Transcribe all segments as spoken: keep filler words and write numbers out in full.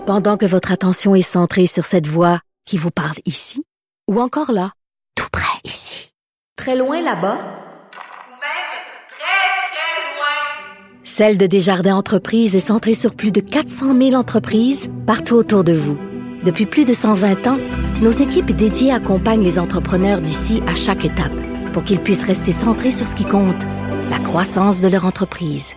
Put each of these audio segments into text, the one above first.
Pendant que votre attention est centrée sur cette voix qui vous parle ici, ou encore là, tout près ici, très loin là-bas, ou même très, très loin, Celle de Desjardins Entreprises est centrée sur plus de quatre cent mille entreprises partout autour de vous. Depuis plus de cent vingt ans, nos équipes dédiées accompagnent les entrepreneurs d'ici à chaque étape pour qu'ils puissent rester centrés sur ce qui compte, la croissance de leur entreprise.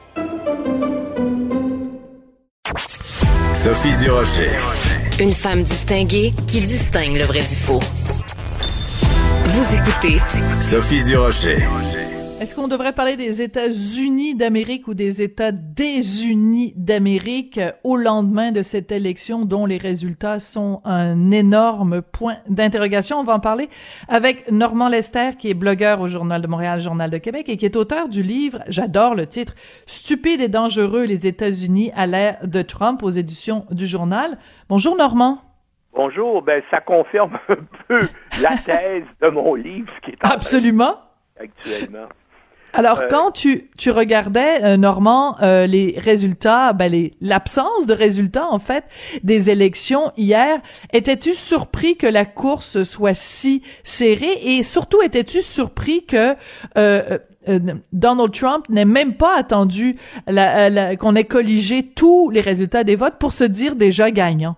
Sophie Durocher. Une femme distinguée qui distingue le vrai du faux. Vous écoutez Sophie Durocher. Est-ce qu'on devrait parler des États-Unis d'Amérique ou des États désunis d'Amérique au lendemain de cette élection dont les résultats sont un énorme point d'interrogation? On va en parler avec Normand Lester, qui est blogueur au Journal de Montréal, Journal de Québec, et qui est auteur du livre, j'adore le titre, « Stupide et dangereux, les États-Unis à l'ère de Trump » aux éditions du Journal. Bonjour Normand. Bonjour, ben ça confirme un peu la thèse de mon livre, ce qui est en Absolument. Actuellement. Alors, euh, quand tu tu regardais, euh, Normand, euh, les résultats, ben les l'absence de résultats, en fait, des élections hier, étais-tu surpris que la course soit si serrée? Et surtout, étais-tu surpris que euh, euh, Donald Trump n'ait même pas attendu la, la, qu'on ait colligé tous les résultats des votes pour se dire déjà gagnant?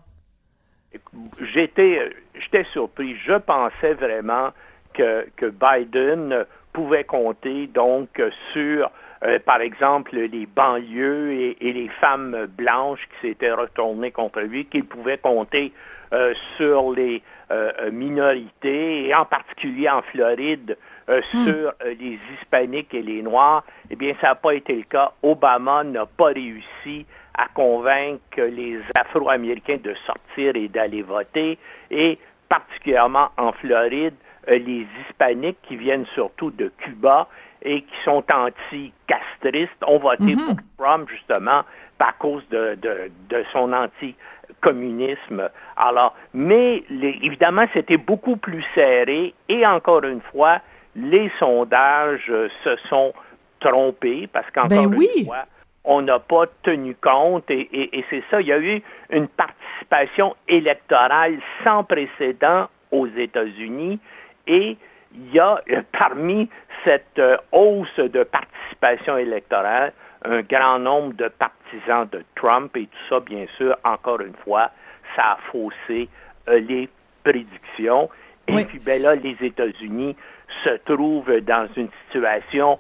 J'étais, j'étais surpris. Je pensais vraiment que, que Biden pouvait compter donc sur, euh, par exemple, les banlieues et, et les femmes blanches qui s'étaient retournées contre lui, qu'il pouvait compter euh, sur les euh, minorités, et en particulier en Floride, euh, mm. sur euh, les Hispaniques et les Noirs. Eh bien, ça n'a pas été le cas. Obama n'a pas réussi à convaincre les Afro-Américains de sortir et d'aller voter, et particulièrement en Floride, les Hispaniques qui viennent surtout de Cuba et qui sont anti-castristes ont voté mm-hmm. pour Trump justement à cause de, de, de son anti-communisme. Alors, mais les, évidemment, c'était beaucoup plus serré et encore une fois, les sondages se sont trompés parce qu'encore ben oui. une fois, on n'a pas tenu compte et, et, et c'est ça, il y a eu une participation électorale sans précédent aux États-Unis. Et il y a, parmi cette euh, hausse de participation électorale, un grand nombre de partisans de Trump, et tout ça, bien sûr, encore une fois, ça a faussé euh, les prédictions. Et oui. puis, ben là, les États-Unis se trouvent dans une situation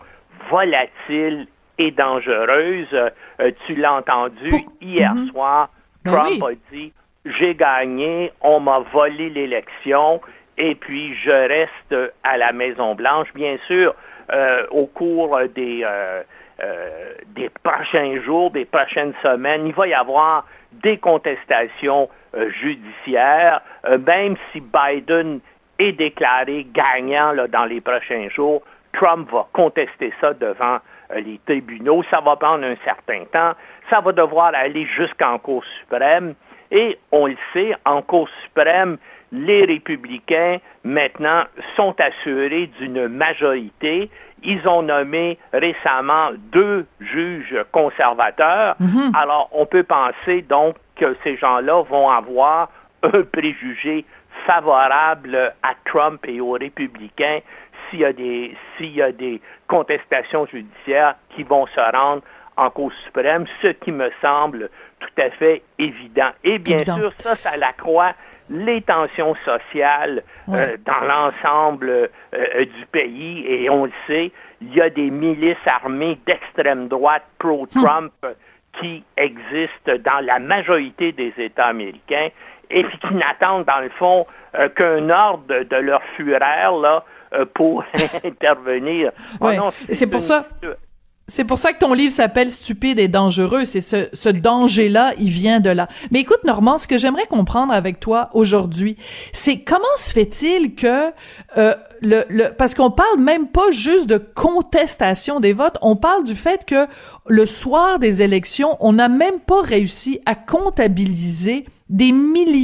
volatile et dangereuse. Euh, tu l'as entendu Pour... hier mm-hmm. soir, Trump ben oui. a dit « J'ai gagné, on m'a volé l'élection ». Et puis, je reste à la Maison-Blanche. Bien sûr, euh, au cours des, euh, euh, des prochains jours, des prochaines semaines, il va y avoir des contestations euh, judiciaires. Euh, même si Biden est déclaré gagnant là, dans les prochains jours, Trump va contester ça devant euh, les tribunaux. Ça va prendre un certain temps. Ça va devoir aller jusqu'en Cour suprême. Et on le sait, en Cour suprême, les républicains, maintenant, sont assurés d'une majorité. Ils ont nommé récemment deux juges conservateurs. Mm-hmm. Alors, on peut penser donc que ces gens-là vont avoir un préjugé favorable à Trump et aux républicains s'il y a des, s'il y a des contestations judiciaires qui vont se rendre en Cour suprême, ce qui me semble tout à fait évident. Et bien évident. sûr, ça, ça l'accroît les tensions sociales ouais. euh, dans l'ensemble euh, du pays. Et on le sait, il y a des milices armées d'extrême droite pro-Trump hum. qui existent dans la majorité des États américains et qui n'attendent, dans le fond, euh, qu'un ordre de, de leur fureur là, euh, pour intervenir. Ouais. Oh non, c'est, c'est pour une... ça... C'est pour ça que ton livre s'appelle « Stupide et dangereux ». C'est ce, ce danger-là, il vient de là. Mais écoute, Normand, ce que j'aimerais comprendre avec toi aujourd'hui, c'est comment se fait-il que euh, le, le parce qu'on parle même pas juste de contestation des votes, on parle du fait que le soir des élections, on n'a même pas réussi à comptabiliser des millions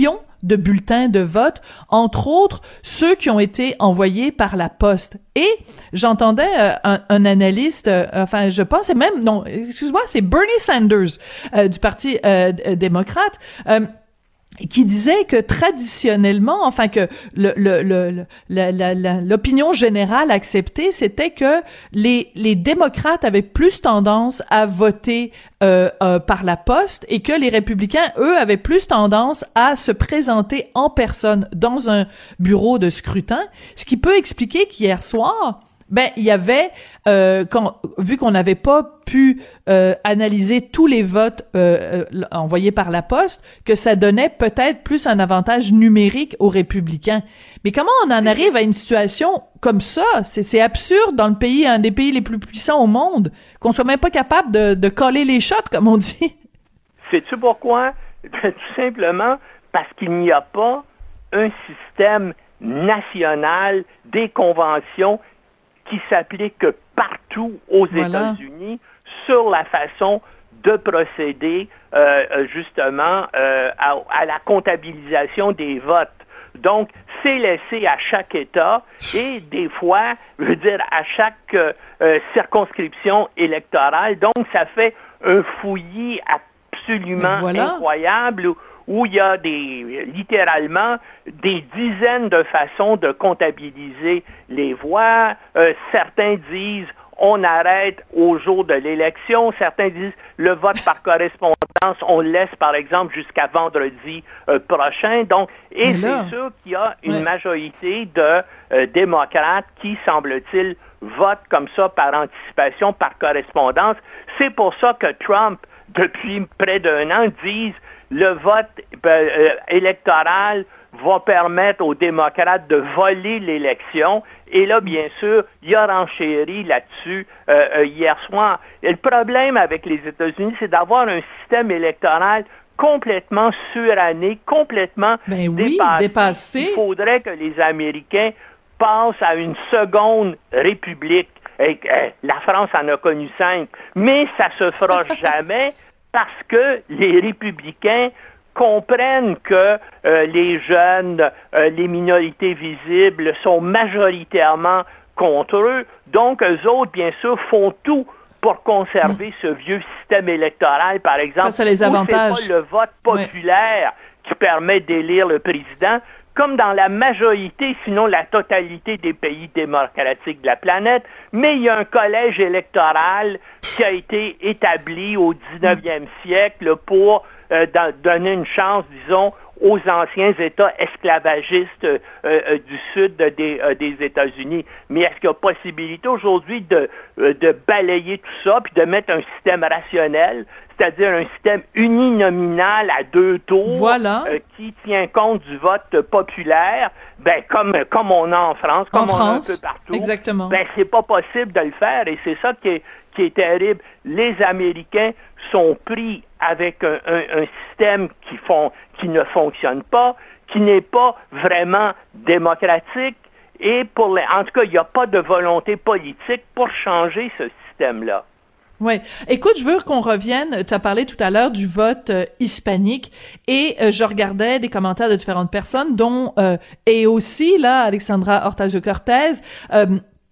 de bulletins de vote, entre autres ceux qui ont été envoyés par la poste. Et j'entendais euh, un, un analyste, euh, enfin je pense c'est même, non, excuse-moi, c'est Bernie Sanders euh, du Parti euh, démocrate, euh, qui disait que traditionnellement, enfin que le, le, le, la, la, la, l'opinion générale acceptée, c'était que les, les démocrates avaient plus tendance à voter euh, euh, par la poste et que les républicains, eux, avaient plus tendance à se présenter en personne dans un bureau de scrutin, ce qui peut expliquer qu'hier soir, ben il y avait euh, quand, vu qu'on n'avait pas pu euh, analyser tous les votes euh, euh, envoyés par la poste, que ça donnait peut-être plus un avantage numérique aux républicains. Mais comment on en arrive à une situation comme ça? C'est, c'est absurde dans le pays, un des pays les plus puissants au monde, qu'on soit même pas capable de, de coller les shots, comme on dit. Sais-tu pourquoi? Tout simplement parce qu'il n'y a pas un système national des conventions qui s'applique partout aux voilà. États-Unis sur la façon de procéder euh, justement euh, à, à la comptabilisation des votes. Donc, c'est laissé à chaque État et des fois, je veux dire, à chaque euh, circonscription électorale. Donc, ça fait un fouillis absolument voilà. incroyable où, où il y a des, littéralement des dizaines de façons de comptabiliser les voix. Euh, certains disent on arrête au jour de l'élection. Certains disent le vote par correspondance, on le laisse par exemple jusqu'à vendredi euh, prochain. Donc, et c'est sûr qu'il y a une ouais. majorité de euh, démocrates qui, semble-t-il, votent comme ça par anticipation, par correspondance. C'est pour ça que Trump, depuis près d'un an, disent le vote euh, électoral va permettre aux démocrates de voler l'élection. Et là, bien sûr, il a renchéri là-dessus euh, euh, hier soir. Et le problème avec les États-Unis, c'est d'avoir un système électoral complètement suranné, complètement ben oui, dépassé. dépassé. Il faudrait que les Américains passent à une seconde république. Et, euh, la France en a connu cinq, mais ça se fera jamais parce que les républicains comprennent que euh, les jeunes, euh, les minorités visibles sont majoritairement contre eux. Donc, eux autres, bien sûr, font tout pour conserver mmh. ce vieux système électoral, par exemple. Ça, ça les avantages. C'est pas le vote populaire ouais. qui permet d'élire le président, comme dans la majorité, sinon la totalité des pays démocratiques de la planète, mais il y a un collège électoral qui a été établi au dix-neuvième mmh. siècle pour euh, donner une chance, disons, aux anciens États esclavagistes euh, euh, du sud des, euh, des États-Unis. Mais est-ce qu'il y a possibilité aujourd'hui de, euh, de balayer tout ça puis de mettre un système rationnel, c'est-à-dire un système uninominal à deux tours voilà. euh, qui tient compte du vote populaire, ben comme comme on a en France, comme en on France, a un peu partout. Exactement. Ben c'est pas possible de le faire et c'est ça qui est qui est terrible. Les Américains sont pris avec un, un, un système qui font qui ne fonctionne pas, qui n'est pas vraiment démocratique et pour les, en tout cas, il n'y a pas de volonté politique pour changer ce système-là. Oui. Écoute, je veux qu'on revienne, tu as parlé tout à l'heure du vote euh, hispanique et euh, je regardais des commentaires de différentes personnes, dont euh, et aussi, là, Alexandra Ocasio-Cortez, euh,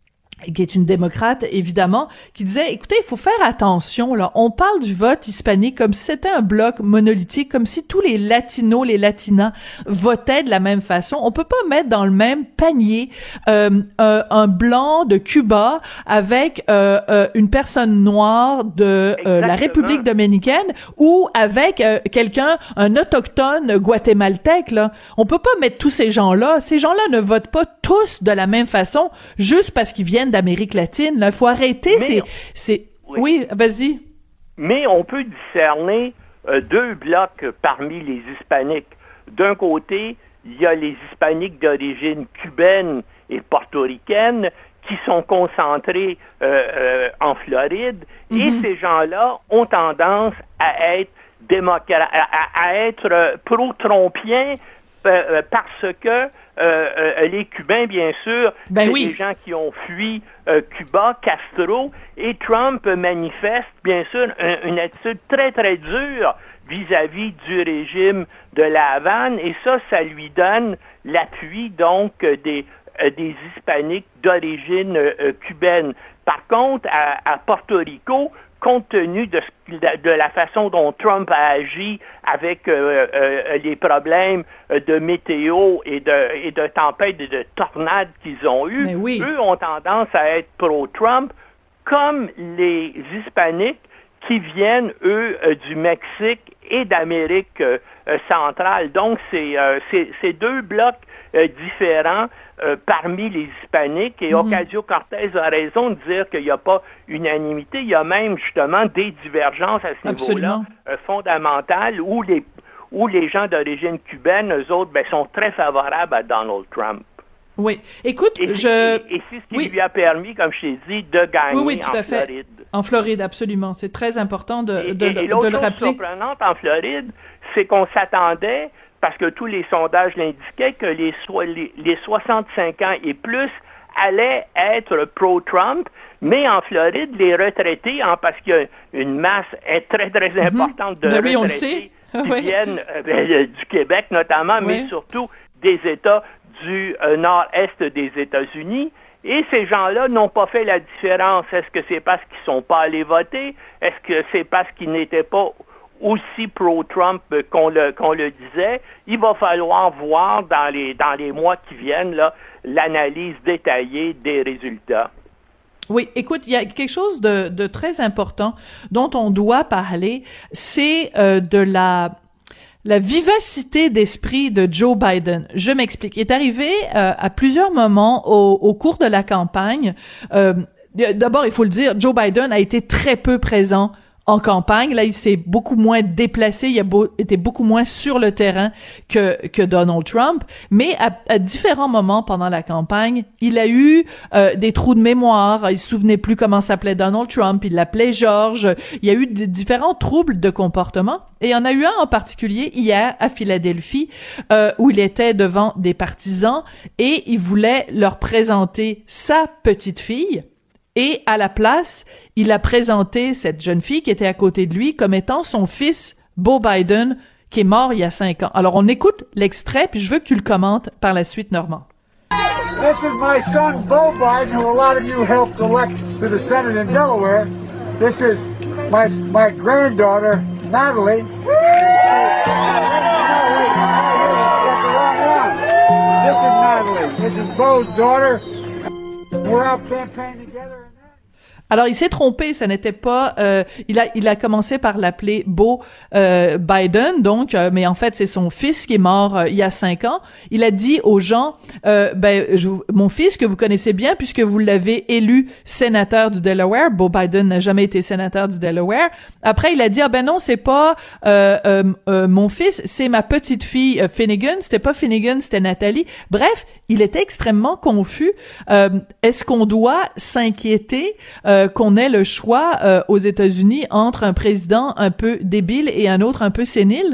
qui est une démocrate, évidemment, qui disait, écoutez, il faut faire attention, là. On parle du vote hispanique comme si c'était un bloc monolithique, comme si tous les latinos, les latinas votaient de la même façon. On peut pas mettre dans le même panier euh, un, un blanc de Cuba avec euh, euh, une personne noire de euh, la République dominicaine ou avec euh, quelqu'un, un autochtone guatémaltèque, là. On peut pas mettre tous ces gens-là. Ces gens-là ne votent pas tous de la même façon juste parce qu'ils viennent d'Amérique latine. Il faut arrêter. C'est, c'est... Oui. oui, vas-y. Mais on peut discerner euh, deux blocs parmi les hispaniques. D'un côté, il y a les hispaniques d'origine cubaine et portoricaine qui sont concentrés euh, euh, en Floride. Mm-hmm. Et ces gens-là ont tendance à être démocrates, à, à être euh, pro-trompiens euh, parce que Euh, euh, les Cubains, bien sûr, ben c'est oui. des gens qui ont fui euh, Cuba, Castro, et Trump manifeste, bien sûr, un, une attitude très, très dure vis-à-vis du régime de la Havane, et ça, ça lui donne l'appui, donc, des, euh, des hispaniques d'origine euh, cubaine. Par contre, à, à Porto Rico, compte tenu de, ce, de la façon dont Trump a agi avec euh, euh, les problèmes de météo et de, et de tempêtes et de tornades qu'ils ont eus, oui. eux ont tendance à être pro-Trump, comme les hispaniques qui viennent, eux, euh, du Mexique et d'Amérique euh, centrale. Donc, c'est, euh, c'est, c'est deux blocs euh, différents euh, parmi les hispaniques. Et mm-hmm. Ocasio-Cortez a raison de dire qu'il n'y a pas unanimité. Il y a même, justement, des divergences à ce Absolument. niveau-là euh, fondamentales où les, où les gens d'origine cubaine, eux autres, ben, sont très favorables à Donald Trump. Oui. Écoute, et je... C'est, et, et c'est ce qui oui. lui a permis, comme je t'ai dit, de gagner oui, oui, tout en à fait. Floride. En Floride, absolument. C'est très important de, et, de, et, de, et de le rappeler. L'autre chose surprenante en Floride, c'est qu'on s'attendait, parce que tous les sondages l'indiquaient, que les, so- les, les soixante-cinq ans et plus allaient être pro-Trump, mais en Floride, les retraités, hein, parce qu'il y a une masse très, très importante mm-hmm. de ben oui, on retraités le sait. qui oui. viennent euh, du Québec notamment, oui. mais surtout des États du euh, nord-est des États-Unis. Et ces gens-là n'ont pas fait la différence. Est-ce que c'est parce qu'ils ne sont pas allés voter? Est-ce que c'est parce qu'ils n'étaient pas aussi pro-Trump qu'on le, qu'on le disait? Il va falloir voir dans les, dans les mois qui viennent là, l'analyse détaillée des résultats. Oui, écoute, il y a quelque chose de, de très important dont on doit parler, c'est euh, de la... La vivacité d'esprit de Joe Biden. Je m'explique. Il est arrivé euh, à plusieurs moments au, au cours de la campagne. Euh, d'abord, il faut le dire, Joe Biden a été très peu présent en campagne. Là, il s'est beaucoup moins déplacé, il a beau, été beaucoup moins sur le terrain que que Donald Trump. Mais à, à différents moments pendant la campagne, il a eu euh, des trous de mémoire. Il se souvenait plus comment s'appelait Donald Trump. Il l'appelait George. Il y a eu d- différents troubles de comportement. Et il y en a eu un en particulier hier à Philadelphie, euh, où il était devant des partisans et il voulait leur présenter sa petite fille. Et à la place, il a présenté cette jeune fille qui était à côté de lui comme étant son fils, Beau Biden, qui est mort il y a cinq ans. Alors, on écoute l'extrait, puis je veux que tu le commentes par la suite, Normand. This is my son, Beau Biden, who a lot of you helped elect to the Senate in Delaware. This is my, my granddaughter, Natalie. This is Natalie. This is Beau's daughter. We're out campaigning together. Alors, il s'est trompé, ça n'était pas... Euh, il a il a commencé par l'appeler Beau euh, Biden, donc, euh, mais en fait, c'est son fils qui est mort euh, il y a cinq ans. Il a dit aux gens, euh, ben, je, mon fils que vous connaissez bien, puisque vous l'avez élu sénateur du Delaware. Beau Biden n'a jamais été sénateur du Delaware. Après, il a dit, ah ben non, c'est pas euh, euh, euh, mon fils, c'est ma petite fille euh, Finnegan. C'était pas Finnegan, c'était Nathalie. Bref, il était extrêmement confus. Euh, est-ce qu'on doit s'inquiéter euh, qu'on ait le choix euh, aux États-Unis entre un président un peu débile et un autre un peu sénile?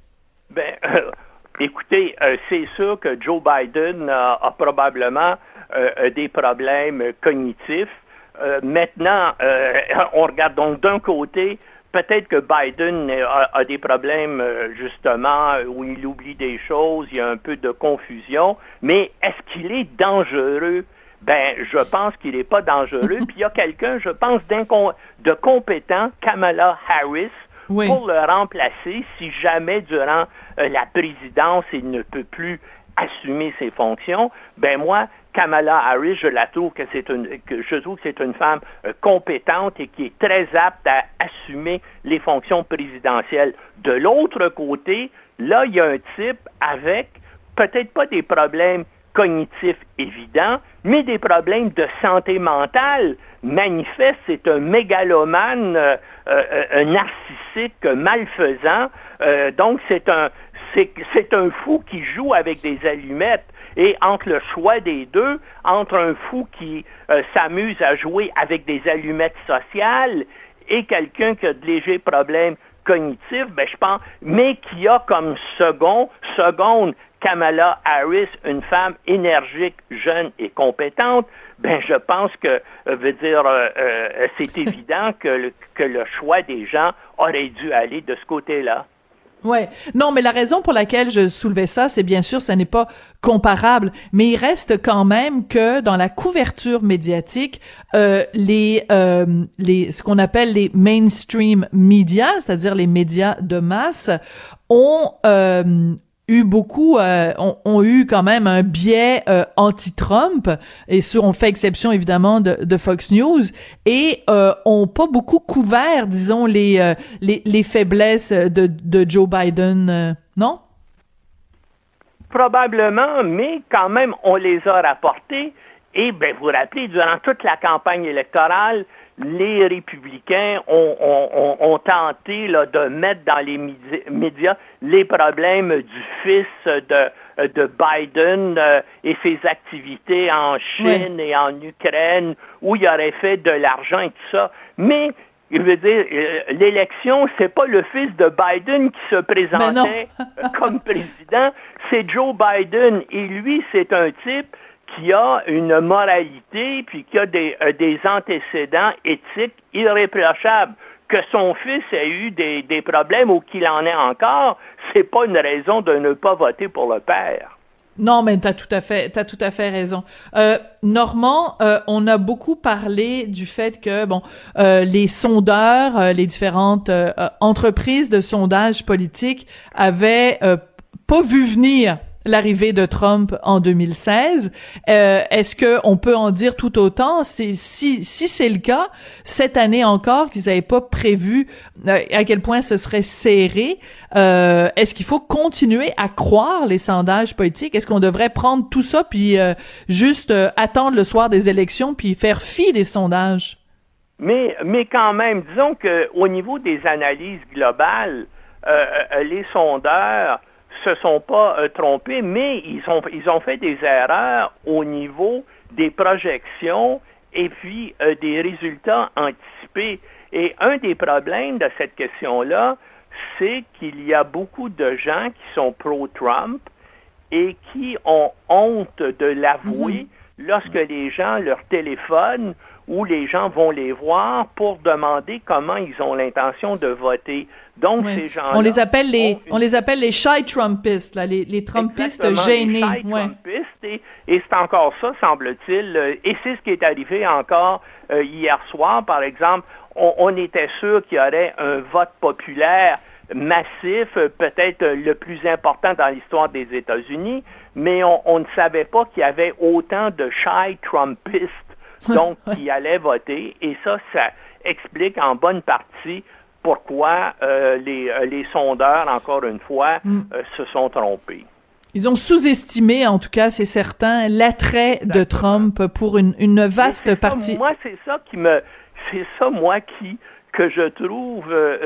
Ben, euh, écoutez, euh, c'est sûr que Joe Biden euh, a probablement euh, des problèmes cognitifs. Euh, maintenant, euh, on regarde donc d'un côté, peut-être que Biden a, a des problèmes, euh, justement, où il oublie des choses, il y a un peu de confusion, mais est-ce qu'il est dangereux? Ben, je pense qu'il n'est pas dangereux. Puis il y a quelqu'un, je pense, de compétent, Kamala Harris, oui. pour le remplacer si jamais, durant euh, la présidence, il ne peut plus assumer ses fonctions. Ben moi, Kamala Harris, je la trouve que c'est une, que je trouve que c'est une femme euh, compétente et qui est très apte à assumer les fonctions présidentielles. De l'autre côté, là, il y a un type avec peut-être pas des problèmes cognitifs évidents, mais des problèmes de santé mentale manifestes. C'est un mégalomane, euh, euh, un narcissique malfaisant. Euh, donc, c'est un, c'est, c'est un fou qui joue avec des allumettes. Et entre le choix des deux, entre un fou qui euh, s'amuse à jouer avec des allumettes sociales et quelqu'un qui a de légers problèmes cognitifs, ben, je pense, mais qui a comme second, seconde Kamala Harris, une femme énergique, jeune et compétente, ben je pense que, euh, veut dire, euh, euh, c'est évident que le, que le choix des gens aurait dû aller de ce côté-là. Ouais. Non, mais la raison pour laquelle je soulevais ça, c'est bien sûr, ça n'est pas comparable, mais il reste quand même que dans la couverture médiatique, euh, les, euh, les, ce qu'on appelle les mainstream media, c'est-à-dire les médias de masse, ont euh, eu beaucoup, euh, ont, ont eu quand même un biais euh, anti-Trump, et sur, on fait exception évidemment de, de Fox News, et euh, ont pas beaucoup couvert, disons, les euh, les, les faiblesses de, de Joe Biden, euh, non? Probablement, mais quand même, on les a rapportés. Et ben, vous vous rappelez, durant toute la campagne électorale, les républicains ont, ont, ont, ont tenté là, de mettre dans les médias les problèmes du fils de, de Biden euh, et ses activités en Chine oui. et en Ukraine, où il aurait fait de l'argent et tout ça. Mais, je veux dire, l'élection, c'est pas le fils de Biden qui se présentait comme président, c'est Joe Biden. Et lui, c'est un type qui a une moralité, puis qui a des, euh, des antécédents éthiques irréprochables. Que son fils ait eu des, des problèmes ou qu'il en ait encore, c'est pas une raison de ne pas voter pour le père. Non, mais t'as tout à fait, t'as tout à fait raison. Euh, Normand, euh, on a beaucoup parlé du fait que, bon, euh, les sondeurs, euh, les différentes euh, entreprises de sondage politique avaient euh, pas vu venir l'arrivée de Trump en deux mille seize. Euh, est-ce que on peut en dire tout autant? C'est, si si c'est le cas, cette année encore, qu'ils n'avaient pas prévu euh, à quel point ce serait serré, euh, est-ce qu'il faut continuer à croire les sondages politiques? Est-ce qu'on devrait prendre tout ça puis euh, juste euh, attendre le soir des élections puis faire fi des sondages? Mais, mais quand même, disons qu'au niveau des analyses globales, euh, les sondeurs se sont pas euh, trompés, mais ils ont, ils ont fait des erreurs au niveau des projections et puis euh, des résultats anticipés. Et un des problèmes de cette question-là, c'est qu'il y a beaucoup de gens qui sont pro-Trump et qui ont honte de l'avouer mm-hmm. lorsque les gens leur téléphonent ou les gens vont les voir pour demander comment ils ont l'intention de voter. Donc, oui. ces gens-là... On les appelle les, une... on les appelle les shy Trumpistes, là, les, les Trumpistes Exactement, gênés. Les shy ouais. Trumpistes, et, et c'est encore ça, semble-t-il. Et c'est ce qui est arrivé encore euh, hier soir, par exemple. On, on était sûr qu'il y aurait un vote populaire massif, peut-être le plus important dans l'histoire des États-Unis, mais on, on ne savait pas qu'il y avait autant de shy Trumpistes donc qui allaient voter, et ça, ça explique en bonne partie pourquoi euh, les, les sondeurs, encore une fois, mm. euh, se sont trompés. Ils ont sous-estimé, en tout cas, c'est certain, l'attrait Exactement. de Trump pour une, une vaste partie. Ça, moi, c'est ça qui me... C'est ça, moi, qui... que je trouve... Euh,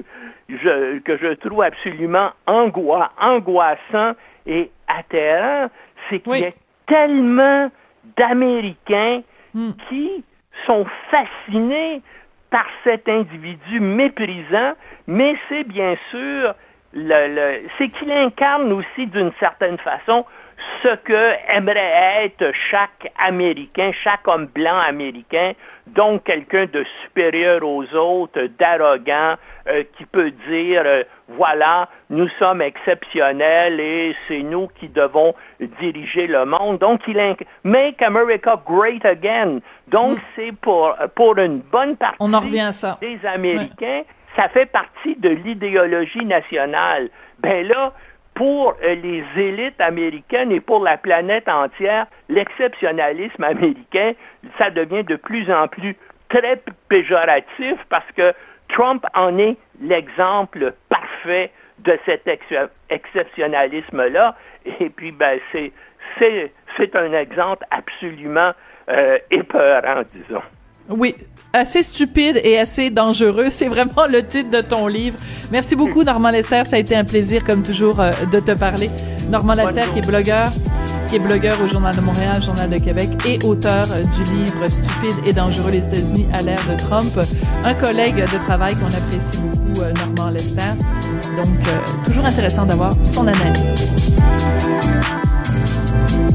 je, que je trouve absolument angoi, angoissant et atterrant, c'est qu'il oui. y a tellement d'Américains mm. qui sont fascinés par cet individu méprisant, mais c'est bien sûr, le, le, c'est qu'il incarne aussi d'une certaine façon ce que aimerait être chaque Américain, chaque homme blanc américain, donc quelqu'un de supérieur aux autres, d'arrogant, euh, qui peut dire, euh, voilà, nous sommes exceptionnels et c'est nous qui devons diriger le monde. Donc, il inc- Make America Great Again. Donc, mmh. c'est pour, pour une bonne partie On en revient à ça. des Américains, ouais. ça fait partie de l'idéologie nationale. Ben là, pour les élites américaines et pour la planète entière, l'exceptionnalisme américain, ça devient de plus en plus très péjoratif parce que Trump en est l'exemple parfait de cet ex- exceptionnalisme-là. Et puis, ben, c'est, c'est, c'est un exemple absolument euh, épeurant, disons. Oui, assez stupide et assez dangereux. C'est vraiment le titre de ton livre. Merci beaucoup, Normand Lester. Ça a été un plaisir, comme toujours, euh, de te parler. Normand Lester, qui est blogueur, qui est blogueur au Journal de Montréal, Journal de Québec, et auteur euh, du livre Stupide et dangereux, les États-Unis à l'ère de Trump. Un collègue de travail qu'on apprécie beaucoup, euh, Normand Lester. Donc, euh, toujours intéressant d'avoir son analyse.